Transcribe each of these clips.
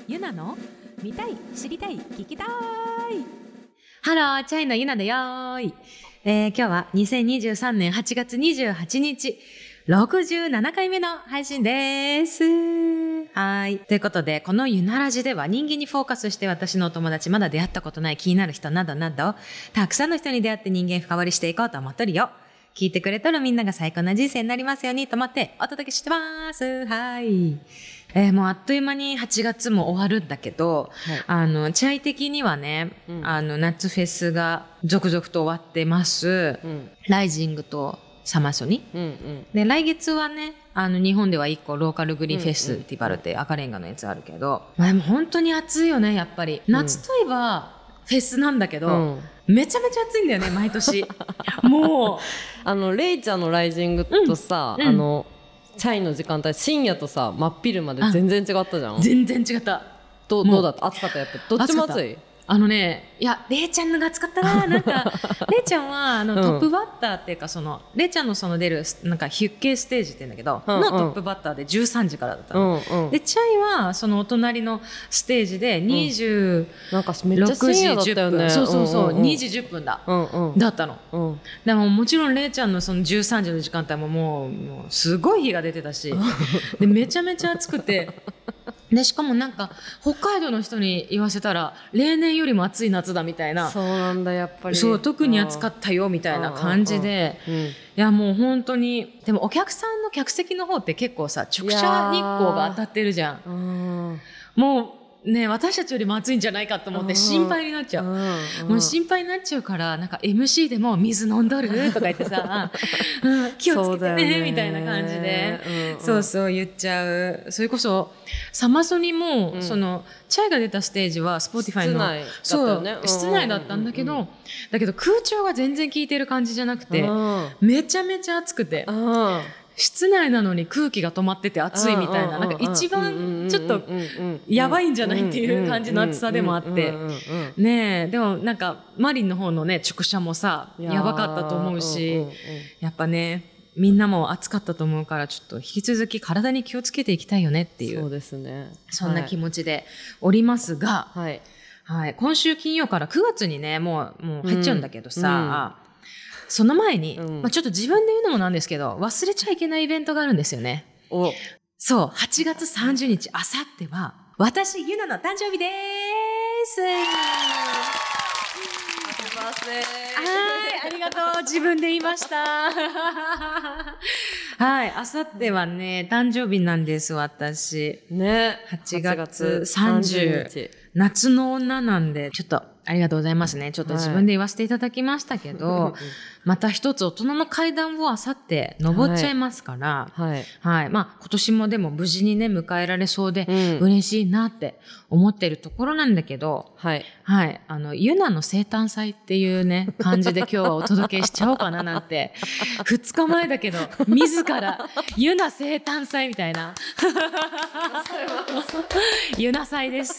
ゆなの見たい知りたい聞きたい。ハロー、チャイのゆなだよーい。今日は2023年8月28日67回目の配信です。はい。ということで、このゆなラジでは人間にフォーカスして私のお友達、まだ出会ったことない気になる人などなど、たくさんの人に出会って人間深掘りしていこうと思っとるよ。聞いてくれとるみんなが最高な人生になりますようにと思ってお届けしてます。はい。もうあっという間に8月も終わるんだけど、はい、チャイ的にはね、夏フェスが続々と終わってます。ライジングとサマソニ、で来月はね日本では1個ローカルグリーンフェスティバルって赤レンガのやつあるけど、でも本当に暑いよねやっぱり。夏といえばフェスなんだけど、めちゃめちゃ暑いんだよね毎年。もうレイちゃんのライジングとさ、チャイの時間帯深夜とさ真っ昼まで全然違ったじゃん。 全然違った。 どうだった？暑かった？やっぱどっちも暑い？ いや、レイちゃんのが暑かったな。なんか、レイちゃんは、トップバッターっていうか、レイちゃんの出る、なんか、ヒュッケーステージって言うんだけど、のトップバッターで13時からだったの。で、チャイは、お隣のステージで26時10分。そう、2時10分だ。だったの。でも、もちろん、レイちゃんの13時の時間帯ももう、すごい日が出てたし、で、めちゃめちゃ暑くて、でしかもなんか北海道の人に言わせたら例年よりも暑い夏だみたいな。 そうなんだやっぱり。 そう特に暑かったよみたいな感じで、いやもう本当に。でもお客さんの客席の方って結構さ直射日光が当たってるじゃん。もうね、私たちよりも暑いんじゃないかと思って心配になっちゃう。もう心配になっちゃうから、なんか MC でも水飲んどるとか言ってさ、気をつけてねみたいな感じで、そう言っちゃう。それこそサマソニも、チャイが出たステージはスポティファイの室内だったんだけど、空調が全然効いてる感じじゃなくて、めちゃめちゃ暑くて。室内なのに空気が止まってて暑いみたいな、なんか一番ちょっとやばいんじゃないっていう感じの暑さでもあって、ねえ、でもなんかマリンの方のね直射もさやばかったと思うし、やっぱねみんなも暑かったと思うから、ちょっと引き続き体に気をつけていきたいよねっていう、 そうですね、 そんな気持ちでおりますが、はいはい、今週金曜から9月にねもう入っちゃうんだけどさ、その前に、ちょっと自分で言うのもなんですけど、忘れちゃいけないイベントがあるんですよね。そう、8月30日、あさっては、私、ゆなの誕生日でーす。はい、ありがとう。自分で言いました。はい、あさってはね、誕生日なんです、私。 ね。 8月30日。夏の女なんで、ちょっと、ありがとうございますね。ちょっと自分で言わせていただきましたけど、また一つ大人の階段をあさって登っちゃいますから、はい。まあ今年もでも無事にね、迎えられそうで、嬉しいなって思ってるところなんだけど、はい。はい。ユナの生誕祭っていうね、感じで今日はお届けしちゃおうかななんて、2日前だけど、自ら、ユナ生誕祭みたいな。ユナ祭です。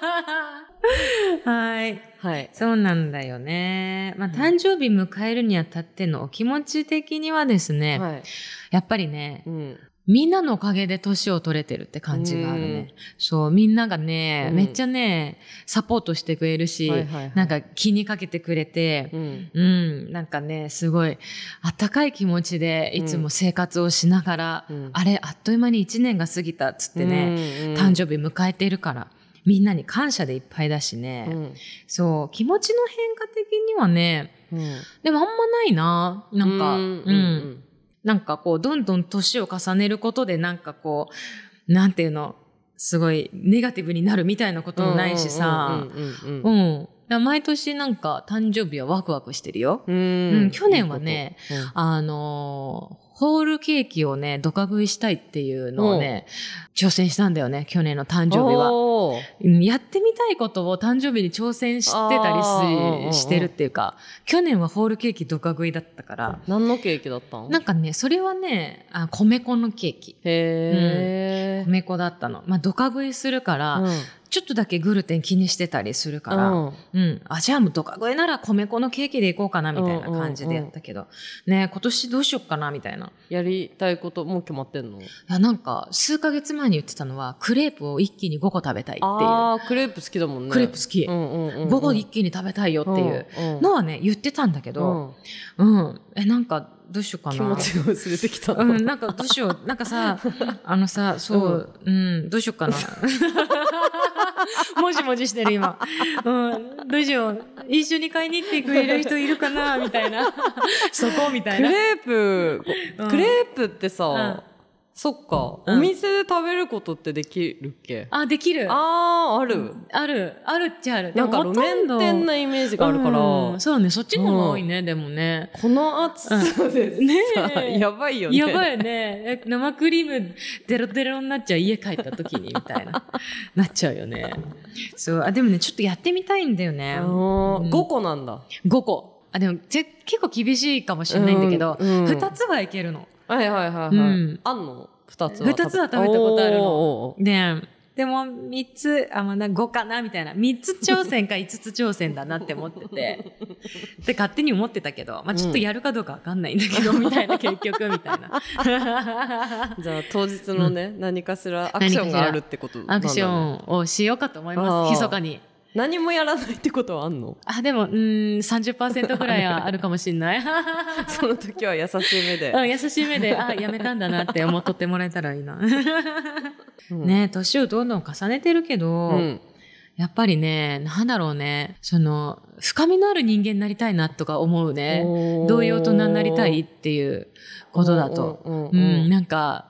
はい。はい。そうなんだよね。まあ、誕生日迎えるにあたってのお気持ち的にはですね、やっぱりね、みんなのおかげで年を取れてるって感じがあるね。そう、みんながね、めっちゃね、サポートしてくれるし、なんか気にかけてくれて、なんかね、すごい、あったかい気持ちでいつも生活をしながら、あれ、あっという間に1年が過ぎたっつってね、誕生日迎えているから、みんなに感謝でいっぱいだしね、そう、気持ちの変化的にはね、でもあんまないな、なんか、なんかこう、どんどん年を重ねることでなんかこう、なんていうの、すごいネガティブになるみたいなこともないしさ、毎年なんか誕生日はワクワクしてるよ。去年はね、ホールケーキをね、ドカ食いしたいっていうのをね、挑戦したんだよね、去年の誕生日は。やってみたいことを誕生日に挑戦してたりしてるっていうか、去年はホールケーキドカ食いだったから。 何のケーキだったの？ なんかね、それはね、米粉のケーキ。米粉だったの。まあ、ドカ食いするから、 ちょっとだけグルテン気にしてたりするから、じゃあドカ食えなら米粉のケーキでいこうかなみたいな感じでやったけど、ね、今年どうしよっかなみたいな。 やりたいこともう決まってんの？いや、なんか数ヶ月前に言ってたのはクレープを一気に5個食べたいっていう。 クレープ好きだもんね。 クレープ好き。5個一気に食べたいよっていうのはね、言ってたんだけど、なんかどうしようかな。 気持ちが薄れてきたの。なんかどうしよう。なんかさ、そう、どうしようかな。もじもじしてる今。どうしよう。一緒に買いに行ってくれる人いるかなみたいな。そこみたいな。 クレープってさ、そっか、お店で食べることってできるっけ？ できる。 あるっちゃある。 なんか路面店なイメージがあるから。 そうね、そっちの方が多いね、でもね。 この暑さでさ、やばいよね。 やばいね。生クリームデロデロになっちゃう、家帰った時に、みたいな。なっちゃうよね。そう。でもね、ちょっとやってみたいんだよね。 5個なんだ。 5個。でも結構厳しいかもしれないんだけど、2つはいけるの。 はい。あんの？2つは。 2つは食べたことあるの。でも3つ、5かなみたいな。3つ挑戦か5つ挑戦だなって思ってて。で、勝手に思ってたけど、ちょっとやるかどうかわかんないんだけど、みたいな、結局、みたいな。 じゃあ、当日のね、何かしらアクションがあるってことなんだね。 アクションをしようかと思います。密かに。 何もやらないってことはあんの？ でも、30% ぐらいはあるかもしれない。 その時は優しい目で。 優しい目で、やめたんだなって思っとってもらえたらいいな。ね、年をどんどん重ねてるけど、やっぱりね、なんだろうね、深みのある人間になりたいなとか思うね。どういう大人になりたいっていうことだと。なんか、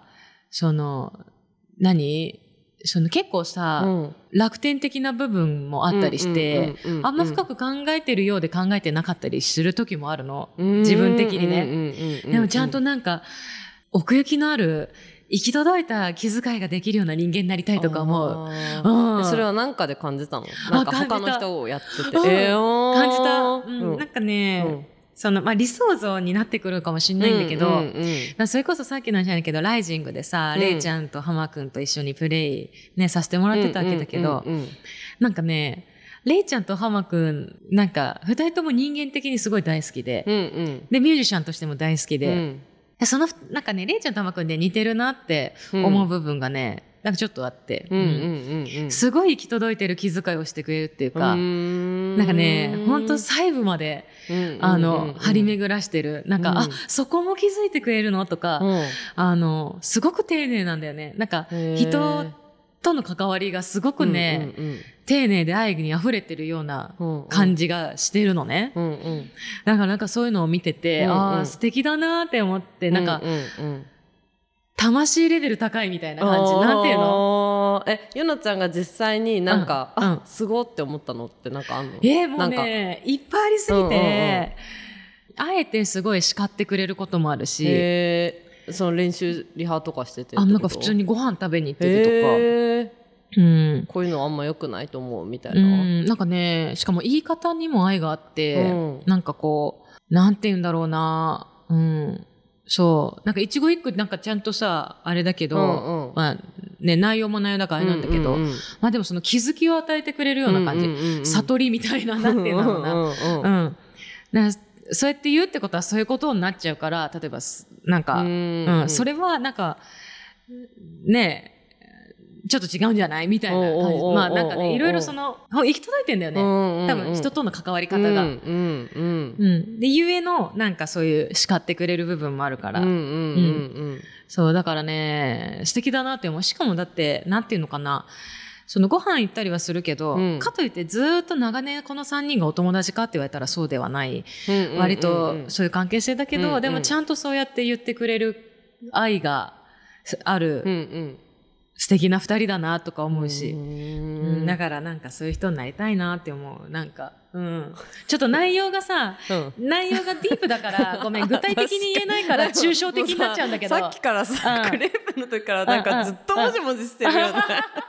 結構さ、楽天的な部分もあったりして、あんま深く考えてるようで考えてなかったりする時もあるの。自分的にね。でもちゃんとなんか、奥行きのある、行き届いた気遣いができるような人間になりたいとか思う。 それは何かで感じたの？なんか他の人をやってて。 感じた。なんかね、理想像になってくるかもしれないんだけど、それこそさっきの話なんだけど、ライジングでさ、レイちゃんとハマくんと一緒にプレイね、させてもらってたわけだけど、なんかね、レイちゃんとハマくん、なんか、二人とも人間的にすごい大好きで、で、ミュージシャンとしても大好きで、なんかね、レイちゃんとハマくんで似てるなって思う部分がね、なんかちょっとあって、すごい行き届いてる気遣いをしてくれるっていうか、なんかね、ほんと細部まで、張り巡らしてる。なんか、そこも気づいてくれるのとか、すごく丁寧なんだよね。なんか、人との関わりがすごくね、丁寧で愛に溢れてるような感じがしてるのね。だからなんかそういうのを見てて、素敵だなって思って、なんか、魂レベル高いみたいな感じ。なんていうの？ ゆなちゃんが実際になんか、すごって思ったのってなんかあんの？ もうね、いっぱいありすぎて、あえてすごい叱ってくれることもあるし、 その練習リハとかしててなんか普通にご飯食べに行っててとか、 こういうのあんま良くないと思うみたいな。 なんかね、しかも言い方にも愛があって、なんかこう、なんて言うんだろうな、そう。なんか一語一句なんかちゃんとさ、あれだけど、内容も内容だからあれなんだけど、でもその気づきを与えてくれるような感じ。悟りみたいな、なんていうんだろうな。そうやって言うってことはそういうことになっちゃうから、例えば、なんか、それはなんか、ねちょっと違うんじゃないみたいな感じ。なんかね、いろいろ行き届いてんだよね。多分人との関わり方が。で、ゆえの、なんかそういう叱ってくれる部分もあるから。そう、だからね、素敵だなって思う。しかもだって、なんていうのかな。ご飯行ったりはするけど、かといってずっと長年この3人がお友達かって言われたらそうではない。割とそういう関係性だけど、でもちゃんとそうやって言ってくれる愛がある。素敵な二人だなとか思うし、だからなんかそういう人になりたいなって思う。なんか、ちょっと内容がさ、内容がディープだから、ごめん、具体的に言えないから抽象的になっちゃうんだけど。 さっきからさ、クレープの時からなんかずっともじもじしてるよね。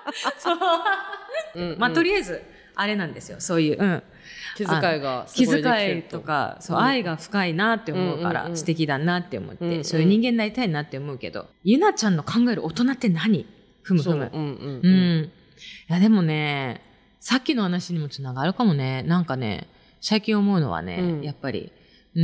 そう。とりあえず、あれなんですよ。そういう、 気遣いがすごいできてると。 気遣いとか、そう、愛が深いなって思うから、素敵だなって思って、そういう人間になりたいなって思うけど、ゆなちゃんの考える大人って何？ふむふむ。 やでもね、さっきの話にもつながるかもね。なんかね、最近思うのはね、やっぱり、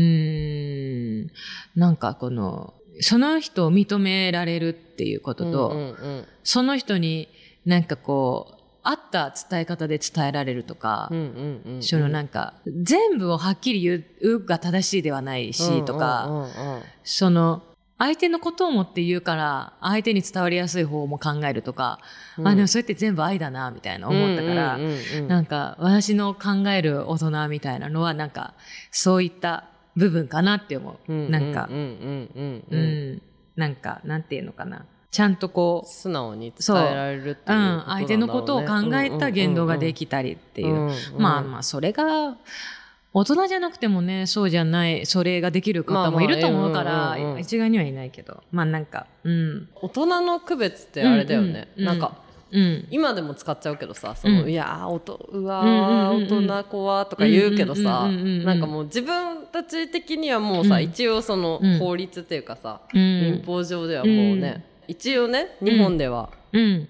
なんかこの、その人を認められるっていうことと、その人になんかこう、あった伝え方で伝えられるとか、そのなんか、全部をはっきり言うが正しいではないし、とか、その、相手のことを思って言うから、相手に伝わりやすい方も考えるとか、でもそれって全部愛だな、みたいな思ったから、なんか、私の考える大人みたいなのは、なんか、そういった部分かなって思う。なんか、なんか、なんていうのかな。ちゃんとこう素直に伝えられるっていうことなんだろうね。 相手のことを考えた言動ができたりっていう。まあまあ、それが、大人じゃなくてもね、そうじゃない、それができる方もいると思うから、一概にはいないけど。まあなんか、 大人の区別ってあれだよね。なんか、今でも使っちゃうけどさ、いや大人子はとか言うけどさ、なんかもう自分たち的にはもうさ、一応その法律っていうかさ、民法上ではもうね、一応ね、日本では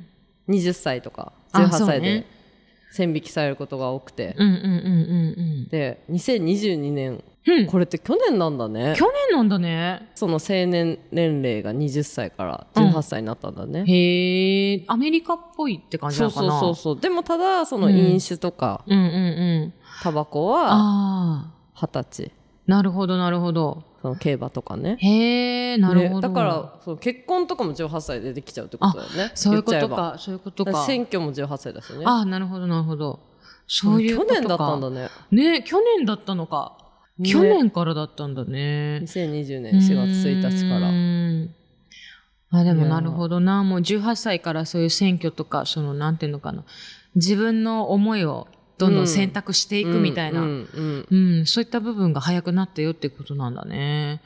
20歳とか18歳で線引きされることが多くて、で2022年、これって去年なんだね。 去年なんだね。 その成年年齢が20歳から18歳になったんだね。 へえ、アメリカっぽいって感じなのかな。 そう。でもただその飲酒とか、タバコは20歳。 なるほどなるほど。 その競馬とかね。 へえ、なるほど。 だからその結婚とかも18歳でできちゃうってことだよね。 そういうことか、そういうことか。 選挙も18歳だしね。 なるほどなるほど。そういうことか。 去年だったんだね。 ね、去年だったのか。去年からだったんだね。 2020年4月1日から。 でもなるほどな。もう18歳からそういう選挙とか、そのなんていうのかな。自分の思いをどんどん選択していくみたいな。そういった部分が早くなったよってことなんだね。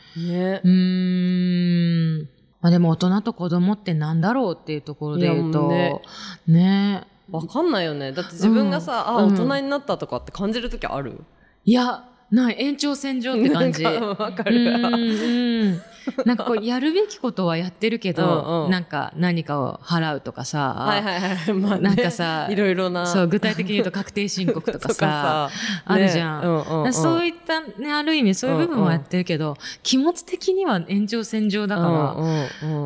でも大人と子供ってなんだろうっていうところで言うと。ね。 わかんないよね。だって自分がさ、大人になったとかって感じるときある？ いや、ない。延長線上って感じ。 わかる。 なんかこう、やるべきことはやってるけど、なんか何かを払うとかさ、 まあね、 なんかさ、 いろいろな。 そう、具体的に言うと確定申告とかさ、あるじゃん。そういったね、ある意味そういう部分はやってるけど、気持ち的には延長線上だから、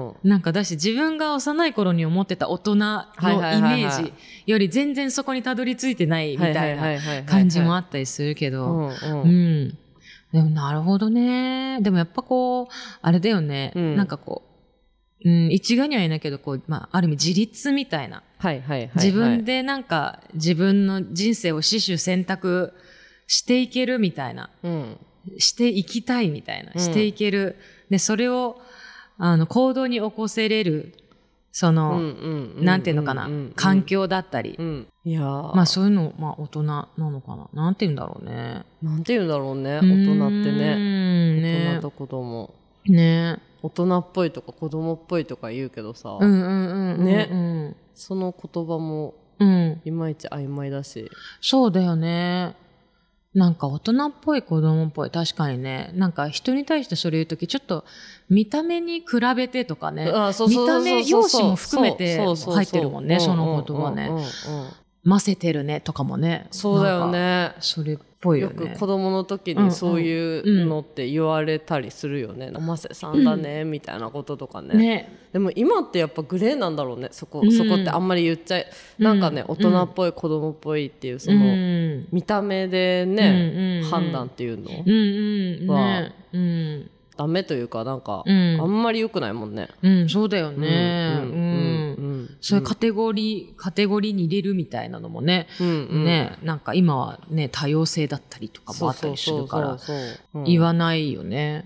なんかだし自分が幼い頃に思ってた大人のイメージより全然そこにたどり着いてないみたいな感じもあったりするけど、でもなるほどね。でもやっぱこう、あれだよね。なんかこう、一概には言えないけど、こう、まあ、ある意味自立みたいな。自分でなんか自分の人生を死守選択していけるみたいな。していきたいみたいな。していける。で、それを、行動に起こせれる。その、なんていうのかな。環境だったり。 いやまあそういうの、まあ大人なのかな。なんて言うんだろうね。 なんて言うんだろうね。大人ってね。大人と子供。 ね。 大人っぽいとか子供っぽいとか言うけどさ。ね。その言葉も、いまいち曖昧だし。 そうだよね。なんか大人っぽい子供っぽい。確かにね。なんか人に対してそれ言うとき、ちょっと見た目に比べてとかね。見た目、容姿も含めて入ってるもんね、その言葉ね。ませてるねとかもね。 そうだよね。 それっぽいよね。 よく子供の時にそういうのって言われたりするよね。ませさんだね、みたいなこととかね。でも今ってやっぱグレーなんだろうね。そこってあんまり言っちゃい、なんかね、大人っぽい子供っぽいっていうその見た目でね、判断っていうのはダメというか、なんかあんまり良くないもんね。 そうだよね。そういうカテゴリーに入れるみたいなのもね、なんか今はね、多様性だったりとかもあったりするから、言わないよね。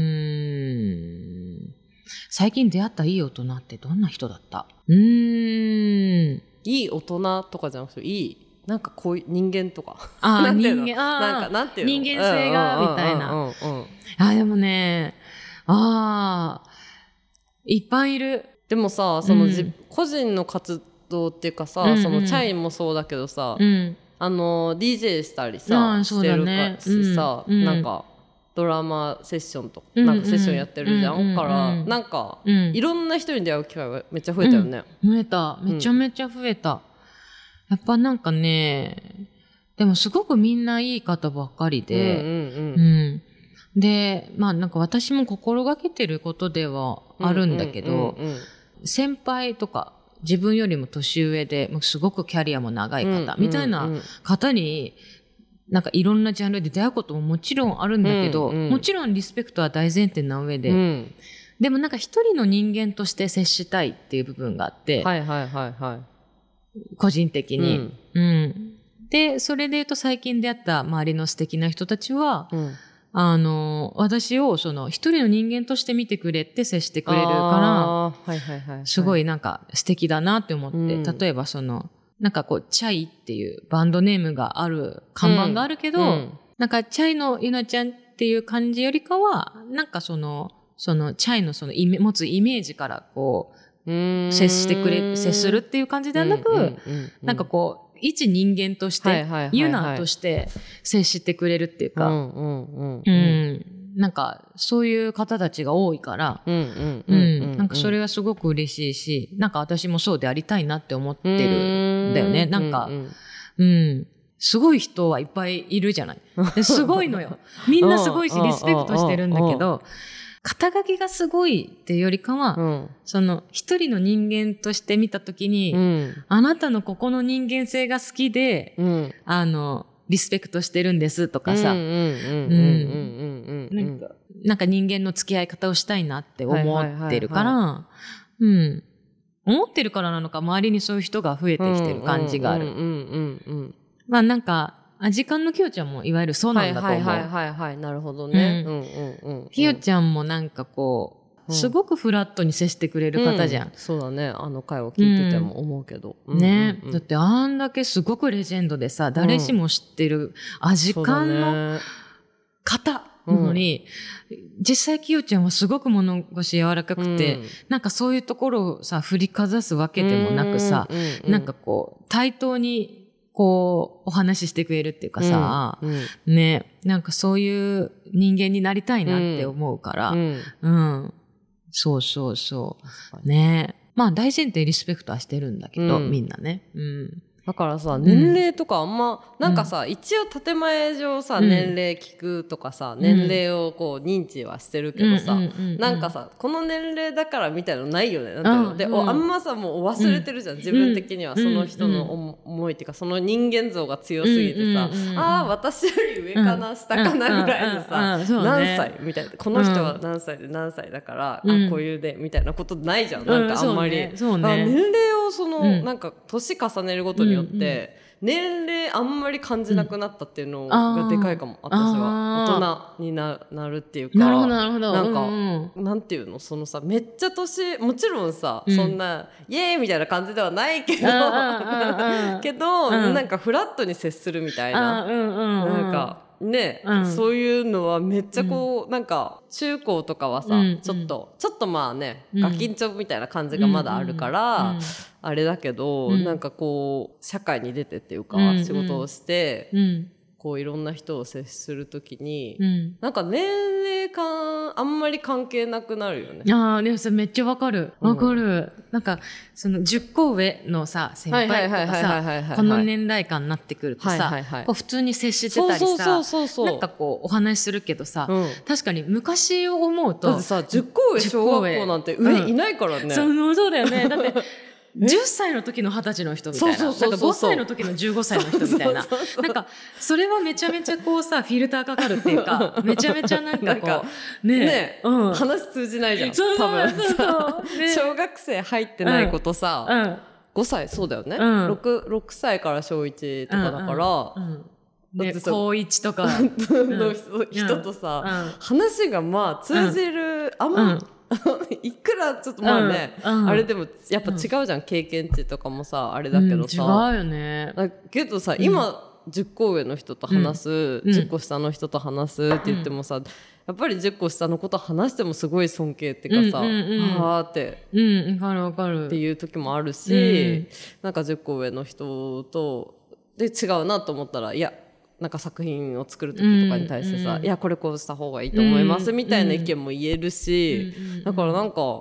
最近出会ったいい大人ってどんな人だった？いい大人とかじゃなくて、なんかこういう人間とか。 人間、 なんていうの？ 人間性が、みたいな。でもね、いっぱいいる。 でもさ、その個人の活動っていうかさ、そのチャイもそうだけどさ、DJ したりさ、してるかしさ、なんかドラマセッションとか、なんかセッションやってるじゃん。から、なんか、いろんな人に出会う機会がめっちゃ増えたよね。 増えた。めちゃめちゃ増えた。 やっぱなんかね、でもすごくみんないい方ばっかりで、で、まあなんか私も心がけてることではあるんだけど、先輩とか自分よりも年上ですごくキャリアも長い方みたいな方になんかいろんなジャンルで出会うことももちろんあるんだけど、もちろんリスペクトは大前提な上で、でもなんか一人の人間として接したいっていう部分があって、個人的に、でそれで言うと最近出会った周りの素敵な人たちは、私をその一人の人間として見てくれって接してくれるから、すごいなんか素敵だなって思って、例えばそのなんかこうチャイっていうバンドネームがある看板があるけど、なんかチャイのゆなちゃんっていう感じよりかはなんかそのチャイのその持つイメージからこう接するっていう感じではなく、なんかこう一人間として、ユナとして接してくれるっていうか、なんかそういう方たちが多いから、なんかそれはすごく嬉しいし、なんか私もそうでありたいなって思ってるんだよね。なんか、すごい人はいっぱいいるじゃない。すごいのよ。みんなすごいし、リスペクトしてるんだけど、肩書きがすごいっていうよりかは、その一人の人間として見たときに、あなたのここの人間性が好きで、リスペクトしてるんですとかさ、なんか人間の付き合い方をしたいなって思ってるから、思ってるからなのか周りにそういう人が増えてきてる感じがある。まあなんか、時間のきよちゃんもいわゆるそうなんだと思う。 なるほどね。 きよちゃんもなんかこう、すごくフラットに接してくれる方じゃん。 そうだね。あの回を聞いてても思うけど。 ね。だってあんだけすごくレジェンドでさ、誰しも知ってる時間の方なのに、実際きよちゃんはすごく物腰柔らかくて、なんかそういうところをさ、振りかざすわけでもなくさ、なんかこう、対等に、こう、お話ししてくれるっていうかさ、ね、なんかそういう人間になりたいなって思うから、そうそうそう。ね。まあ大前提リスペクトはしてるんだけど、みんなね。 だからさ、年齢とかあんま、なんかさ、一応建前上さ、年齢聞くとかさ、年齢をこう認知はしてるけどさ、なんかさ、この年齢だからみたいなのないよね。なんていうので、あんまさ、もう忘れてるじゃん、自分的には。その人の思いっていうか、その人間像が強すぎてさ、ああ、私より上かな、下かなぐらいのさ、何歳みたいな。この人は何歳で何歳だから、こういうで、みたいなことないじゃん。なんかあんまり。年齢をその、なんか年重ねるごとによって年齢あんまり感じなくなったっていうのがでかいかも、私は大人になるっていうか、 なるほどなるほど、 なんか、なんていうの、そのさ、めっちゃ年もちろんさ、そんなイエーイみたいな感じではないけどなんかフラットに接するみたいな、なんかね、そういうのはめっちゃこう、なんか中高とかはさ、ちょっとまあね、ガキンチョみたいな感じがまだあるから、あれだけど、なんかこう社会に出てっていうか、仕事をして、こういろんな人を接するときに、なんか年齢感あんまり関係なくなるよね。 ああ、でもそれめっちゃわかる。わかる。なんか、その10個上のさ、先輩とかさ、この年代感になってくるとさ、こう普通に接してたりさ、なんかこうお話しするけどさ、確かに昔を思うと。 だってさ、10個上小学校なんて上いないからね。 そうだよね。だって、10歳の時の20歳の人みたいな。なんか5歳の時の15歳の人みたいな。なんか、それはめちゃめちゃこうさ、フィルターかかるっていうか、めちゃめちゃなんかこう、 ね、話通じないじゃん。多分さ、小学生入ってない子とさ、5歳、そうだよね。6歳から小1とかだから、 高1とかの人とさ、話がまあ通じる、あんま、いくらちょっとまあね、あれでもやっぱ違うじゃん、経験値とかもさ、あれだけどさ、 違うよね。 だけどさ、今10個上の人と話す、10個下の人と話すって言ってもさ、やっぱり10個下の子と話してもすごい尊敬っていうかさ、はーって、 わかるっていう時もあるし、なんか10個上の人とで違うなと思ったら、いやなんか作品を作る時とかに対してさ、いやこれこうした方がいいと思いますみたいな意見も言えるし、だからなんか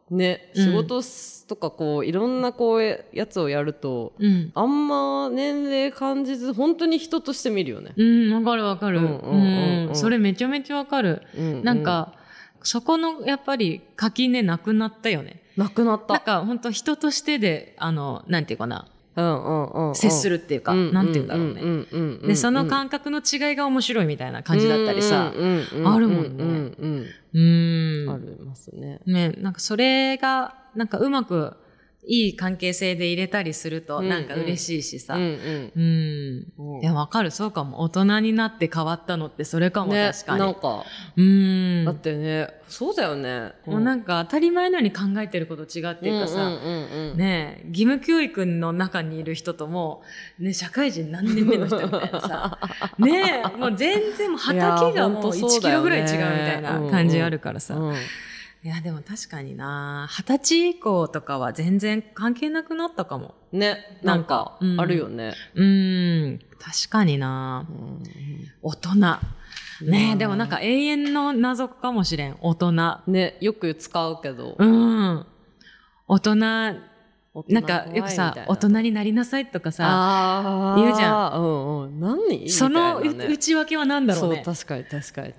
ね、仕事とかこういろんなこうやつをやると、あんま年齢感じず本当に人として見るよね。 わかるわかる。それめちゃめちゃわかる。なんかそこのやっぱり垣根なくなったよね。 なくなった。 なんか本当人としてでなんていうかな。接するっていうか、なんていうんだろうね。で、その感覚の違いが面白いみたいな感じだったりさ、あるもんね。 ありますね。 ね、なんかそれが、なんかうまくいい関係性で入れたりすると、なんか嬉しいしさ。いや、わかる、そうかも。大人になって変わったのってそれかも、確かに。 なんか、だってね、そうだよね。 もうなんか当たり前のように考えてること違うっていうかさ、ね、義務教育の中にいる人とも、ね、社会人何年目の人みたいなさ、ね、もう全然もう畑がもう1キロぐらい違うみたいな感じあるからさ。いや、でも確かにな、20歳以降とかは全然関係なくなったかも。 ね、なんか、あるよね。 確かにな、大人。ねえ、でもなんか永遠の謎かもしれん。大人。 ね、よく使うけど。 大人、なんかよくさ、大人になりなさいとかさ、言うじゃん。 何その内訳は何だろうね。 そう、確かに。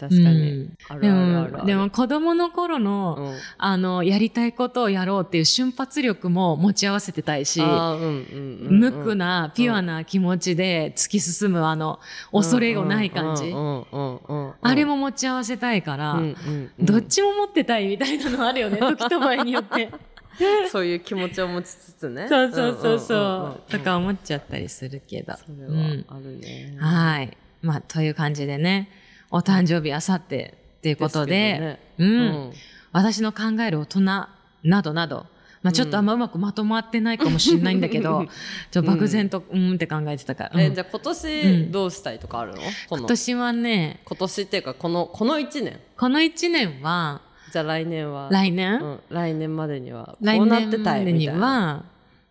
でも子供の頃の、やりたいことをやろうっていう瞬発力も持ち合わせてたいし、無垢な、ピュアな気持ちで突き進む恐れがない感じ。あれも持ち合わせたいから、どっちも持ってたいみたいなのあるよね、時と場合によって。 そういう気持ちを持ちつつね。 そう。とか思っちゃったりするけど。 それはあるね。 はい。まあ、という感じでね、お誕生日あさってっていうことで、私の考える大人などなど、まあちょっとあんまうまくまとまってないかもしれないんだけど、漠然と、って考えてたから。 じゃあ今年どうしたいとかあるの？ 今年はね、 今年っていうかこの1年。 この1年は、 じゃあ来年は来年までにはこうなってたいみたいな。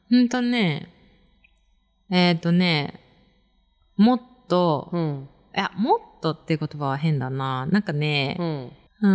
もっと、いや、もっとっていう言葉は変だな。なんかね、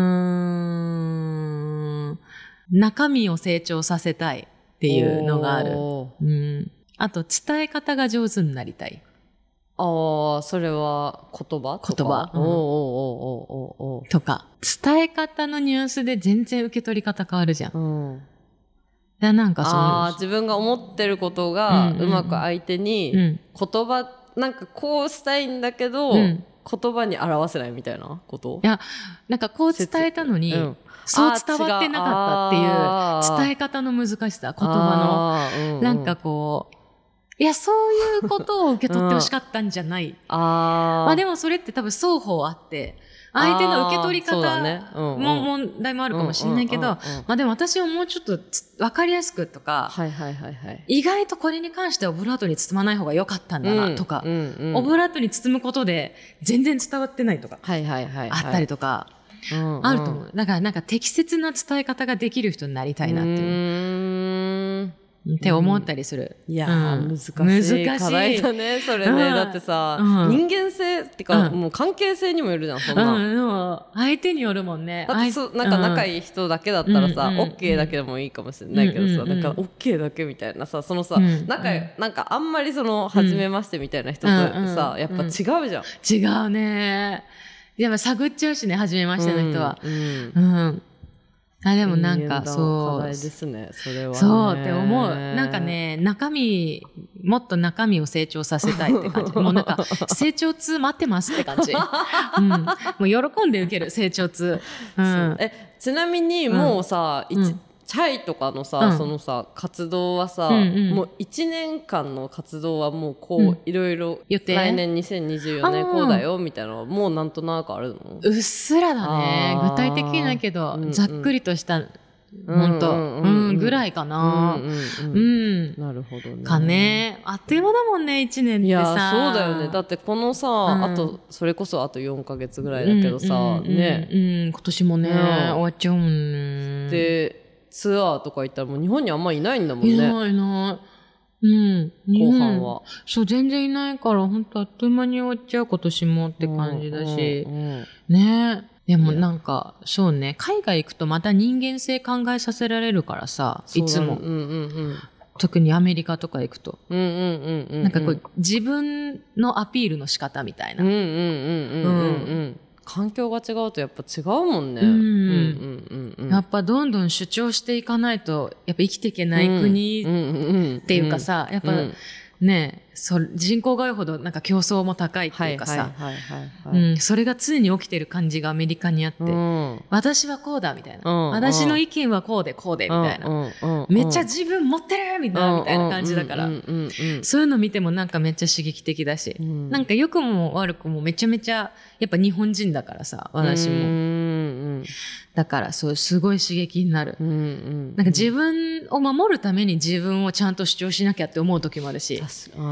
中身を成長させたいっていうのがある。あと、伝え方が上手になりたい。 それは言葉とかとか。伝え方のニュアンスで全然受け取り方変わるじゃん。なんか自分が思ってることがうまく相手に言葉、なんかこうしたいんだけど、言葉に表せないみたいなこと？ いや、なんかこう伝えたのに、そう伝わってなかったっていう伝え方の難しさ、言葉の。なんかこう、いや、そういうことを受け取ってほしかったんじゃない。まあでもそれって多分双方あって、相手の受け取り方も問題もあるかもしれないけど、まあでも私はもうちょっと分かりやすくとか、意外とこれに関してはオブラートに包まない方が良かったんだなとか、オブラートに包むことで全然伝わってないとか、あったりとか、あると思う。だからなんか適切な伝え方ができる人になりたいなっていう。って思ったりする。 いやー、難しい課題だね、それね。だってさ、人間性ってか、もう関係性にもよるじゃん、そんな。 相手によるもんね。 だってなんか仲いい人だけだったらさ、OK だけでもいいかもしれないけどさ、なんか OK だけみたいなさ、そのさ、なんかあんまりその、初めましてみたいな人とさ、やっぱ違うじゃん。 違うね。やっぱ探っちゃうしね、初めましての人は。でもなんかそう。 課題ですね、それはね。 そうって思う。なんかね、もっと中身を成長させたいって感じ。もうなんか、成長痛待ってますって感じ。もう喜んで受ける、成長痛。 ちなみにもうさ、チャイとかのさ、そのさ活動はさ、もう1年間の活動はもうこう、いろいろ来年2024年こうだよみたいなのはもうなんとなくあるの？ うっすらだね。具体的だけど、ざっくりとした本当ぐらいかな。 なるほどね。 かね。あっという間だもんね、1年ってさ。いや、 そうだよね。だってこのさ、それこそあと4ヶ月ぐらいだけどさ、ね。 今年もね、終わっちゃうもんね。 で、ツアーとか行ったらもう日本にあんまいないんだもんね。 いない。 後半は。 そう、全然いないから、本当あっという間に終わっちゃう今年もって感じだし。ね。 でもなんか、そうね、海外行くとまた人間性考えさせられるからさ、いつも。特にアメリカとか行くと。なんかこう、自分のアピールの仕方みたいな。 環境が違うとやっぱ違うもんね。 やっぱどんどん主張していかないと、やっぱ生きていけない国っていうかさ、やっぱね、人口が多いほどなんか競争も高いっていうかさ、それが常に起きてる感じがアメリカにあって、私はこうだみたいな、私の意見はこうでこうでみたいな、めっちゃ自分持ってるみたいな感じだから、そういうの見てもなんかめっちゃ刺激的だし、なんか良くも悪くもめちゃめちゃやっぱ日本人だからさ、私も。だからそうすごい刺激になる。なんか自分を守るために自分をちゃんと主張しなきゃって思う時もあるし。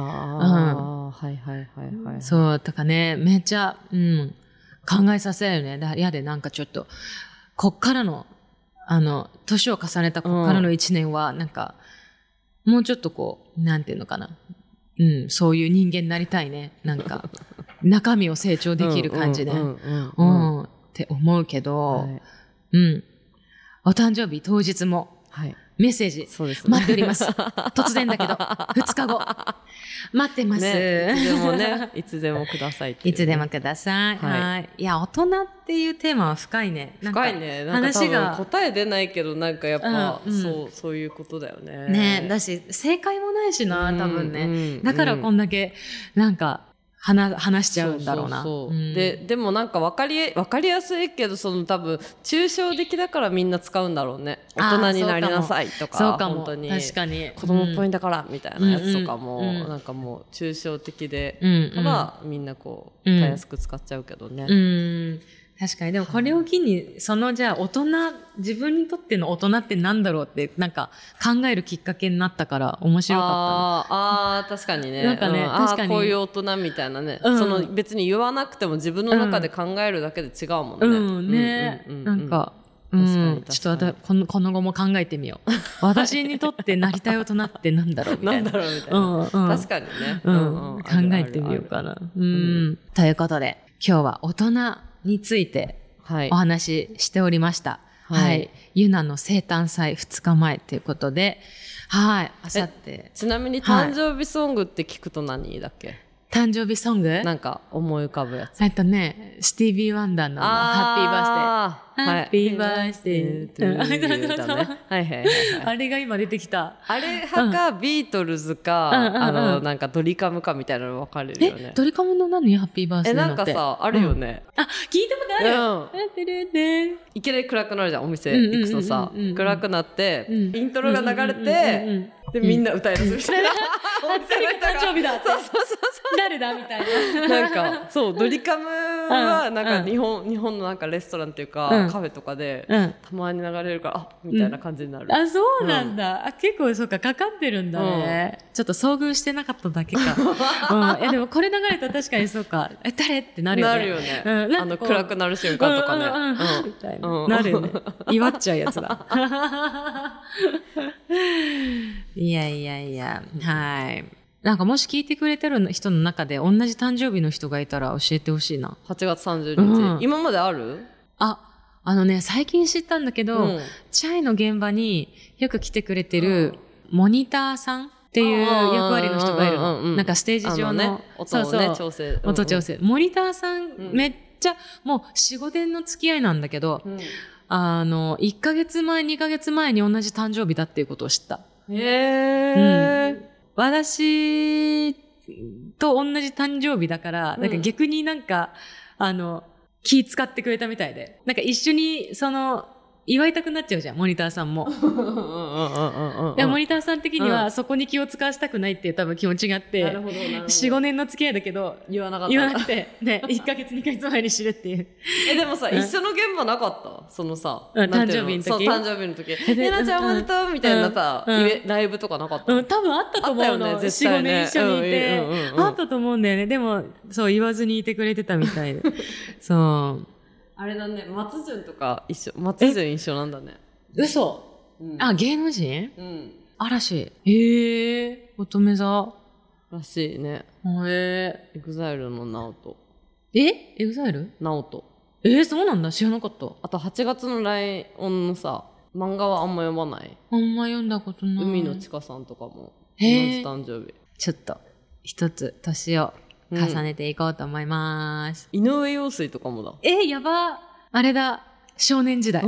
そうとかね、めっちゃ、考えさせるね。だから嫌でなんかちょっとこっからの年を重ねたこっからの1年はなんかもうちょっとこうなんていうのかな、そういう人間になりたいね。なんか中身を成長できる感じね。って思うけど。お誕生日当日もメッセージ待っております。突然だけど2日後待ってます。 いつでもください。 いつでもください。はい。いや大人っていうテーマは深いね。 深いね。話が答え出ないけどなんかやっぱそういうことだよね。 ね、だし正解もないしな多分ね。だからこんだけなんか。話しちゃうんだろうな。 でもなんか分かりやすいけど、その多分抽象的だからみんな使うんだろうね。大人になりなさいとか、本当に確かに子供っぽいんだからみたいなやつとかも、なんかもう抽象的でからみんなこうたやすく使っちゃうけどね。 確かに。でもこれを機にじゃあ自分にとっての大人ってなんだろうってなんか考えるきっかけになったから面白かった。確かにね。 なんかね、確かにこういう大人みたいなね。その別に言わなくても自分の中で考えるだけで違うもんね。 なんか、ちょっとこの後も考えてみよう。私にとってなりたい大人ってなんだろうみたいな。 確かにね。 考えてみようかな。ということで、今日は大人についてお話ししておりました。ユナの生誕祭2日前ということで、あさって。 ちなみに誕生日ソングって聞くと何だっけ？ 誕生日ソング？ なんか思い浮かぶやつ。 スティービー・ワンダーのハッピーバースデー。ハッピーバースデー。あれが今出てきた。 あれ派か、ビートルズか、なんかドリカムかみたいなの分かれるよね。 ドリカムの何？ハッピーバースデーのって。 なんかさ、あるよね。 聞いたことある。 いきなり暗くなるじゃん、お店行くとさ。暗くなって、イントロが流れて、で、みんな歌い出すみたいな。 誰が誕生日だって。誰だみたいな。 なんか、そう、ドリカムは、なんか日本のなんかレストランっていうか、カフェとかで、たまに流れるから、みたいな感じになる。 そうなんだ。結構そうか、かかってるんだね。ちょっと遭遇してなかっただけか。でもこれ流れたら確かにそうか、誰ってなるよね。 なるよね。暗くなる瞬間とかね。 みたいな。なるよね。祝っちゃうやつだ。いや。はい。なんかもし聞いてくれてる人の中で同じ誕生日の人がいたら教えてほしいな。 8月30日。今まである？ 最近知ったんだけど、チャイの現場によく来てくれてるモニターさんっていう役割の人がいるの。なんかステージ上の音をね、調整。 音調整。モニターさんめっちゃもう4、5年の付き合いなんだけど、1ヶ月前、2ヶ月前に同じ誕生日だっていうことを知った。私と同じ誕生日だから、なんか逆になんか、気使ってくれたみたいで。なんか一緒に、祝いたくなっちゃうじゃん、モニターさんも。でもモニターさん的にはそこに気を使わせたくないっていう多分気持ちがあって、4、5年の付き合いだけど、言わなくて、ね、1ヶ月2ヶ月前に知るっていう。 でもさ、一緒の現場なかったそのさ、 誕生日の時。 そう、誕生日の時。なちゃんおめでとうみたいなさ、ライブとかなかった？ 多分あったと思うの。4、5年一緒にいて。あったと思うんだよね。でも、そう言わずにいてくれてたみたいで。そう。 あれだね、松潤とか松潤一緒なんだね。 嘘。芸能人？嵐。乙女座。 らしいね。 EXILE のナオト。 EXILE？ ナオト。 そうなんだ。知らなかった。 あと8月のライオンのさ、漫画はあんま読まない？ あんま読んだことない。 海野千佳さんとかも同じ誕生日。 ちょっと一つ年を重ねていこうと思います。 井上陽水とかもだ。 やば。あれだ。少年時代。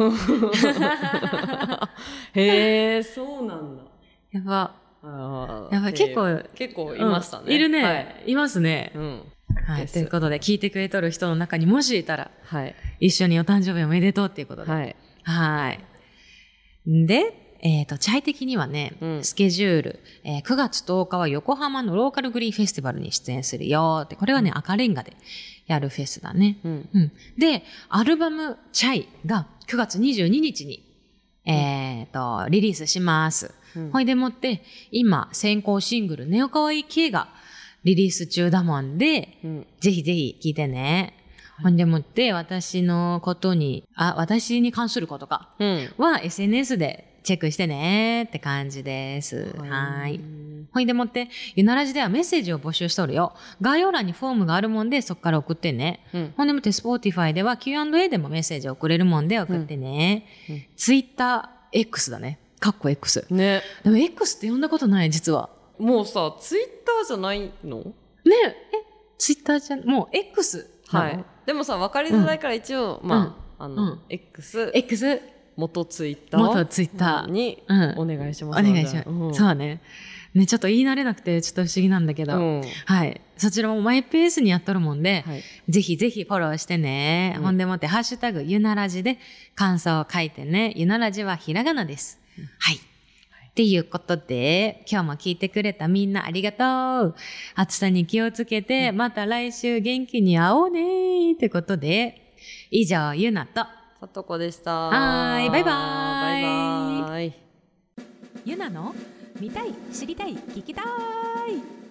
へえ、そうなんだ。 やば。結構いましたね。 いるね。はい、いますね。はい。ということで、聞いてくれとる人の中にもしいたら、はい。一緒にお誕生日おめでとうっていうことで。はい。はい。で、チャイ的にはね、スケジュール、9月10日は横浜のローカルグリーンフェスティバルに出演するよって、これはね、赤レンガでやるフェスだね。で、アルバムチャイが9月22日に、リリースします。ほいでもって、今、先行シングル、ネオカワイイ系がリリース中だもんで、ぜひぜひ聴いてね。ほんでもって、私に関することか、は SNS でチェックしてねって感じです。はい。ほいでもって、ゆならじではメッセージを募集しとるよ。概要欄にフォームがあるもんで、そっから送ってね。ほんでもって、Spotify では Q&A でもメッセージ送れるもんで送ってね。Twitter X だね。X。ね。でも X って呼んだことない、実は。 もうさ、Twitter じゃないの？ ねTwitter じゃ、もう X。 はい。でもさ、分かりづらいから一応、X。元ツイッターにお願いします。 お願いします。そうね。ね、ちょっと言い慣れなくてちょっと不思議なんだけど、はい。そちらもマイペースにやっとるもんで、ぜひぜひフォローしてね。ほんでもって、ハッシュタグゆならじで感想を書いてね。ゆならじはひらがなです。はい。っていうことで、今日も聞いてくれたみんなありがとう。暑さに気をつけて、また来週元気に会おうねってことで、以上、ゆなと、 さとこでした。 はい、バイバーイ。 バイバイ。 ゆなの見たい、知りたい、聞きたい。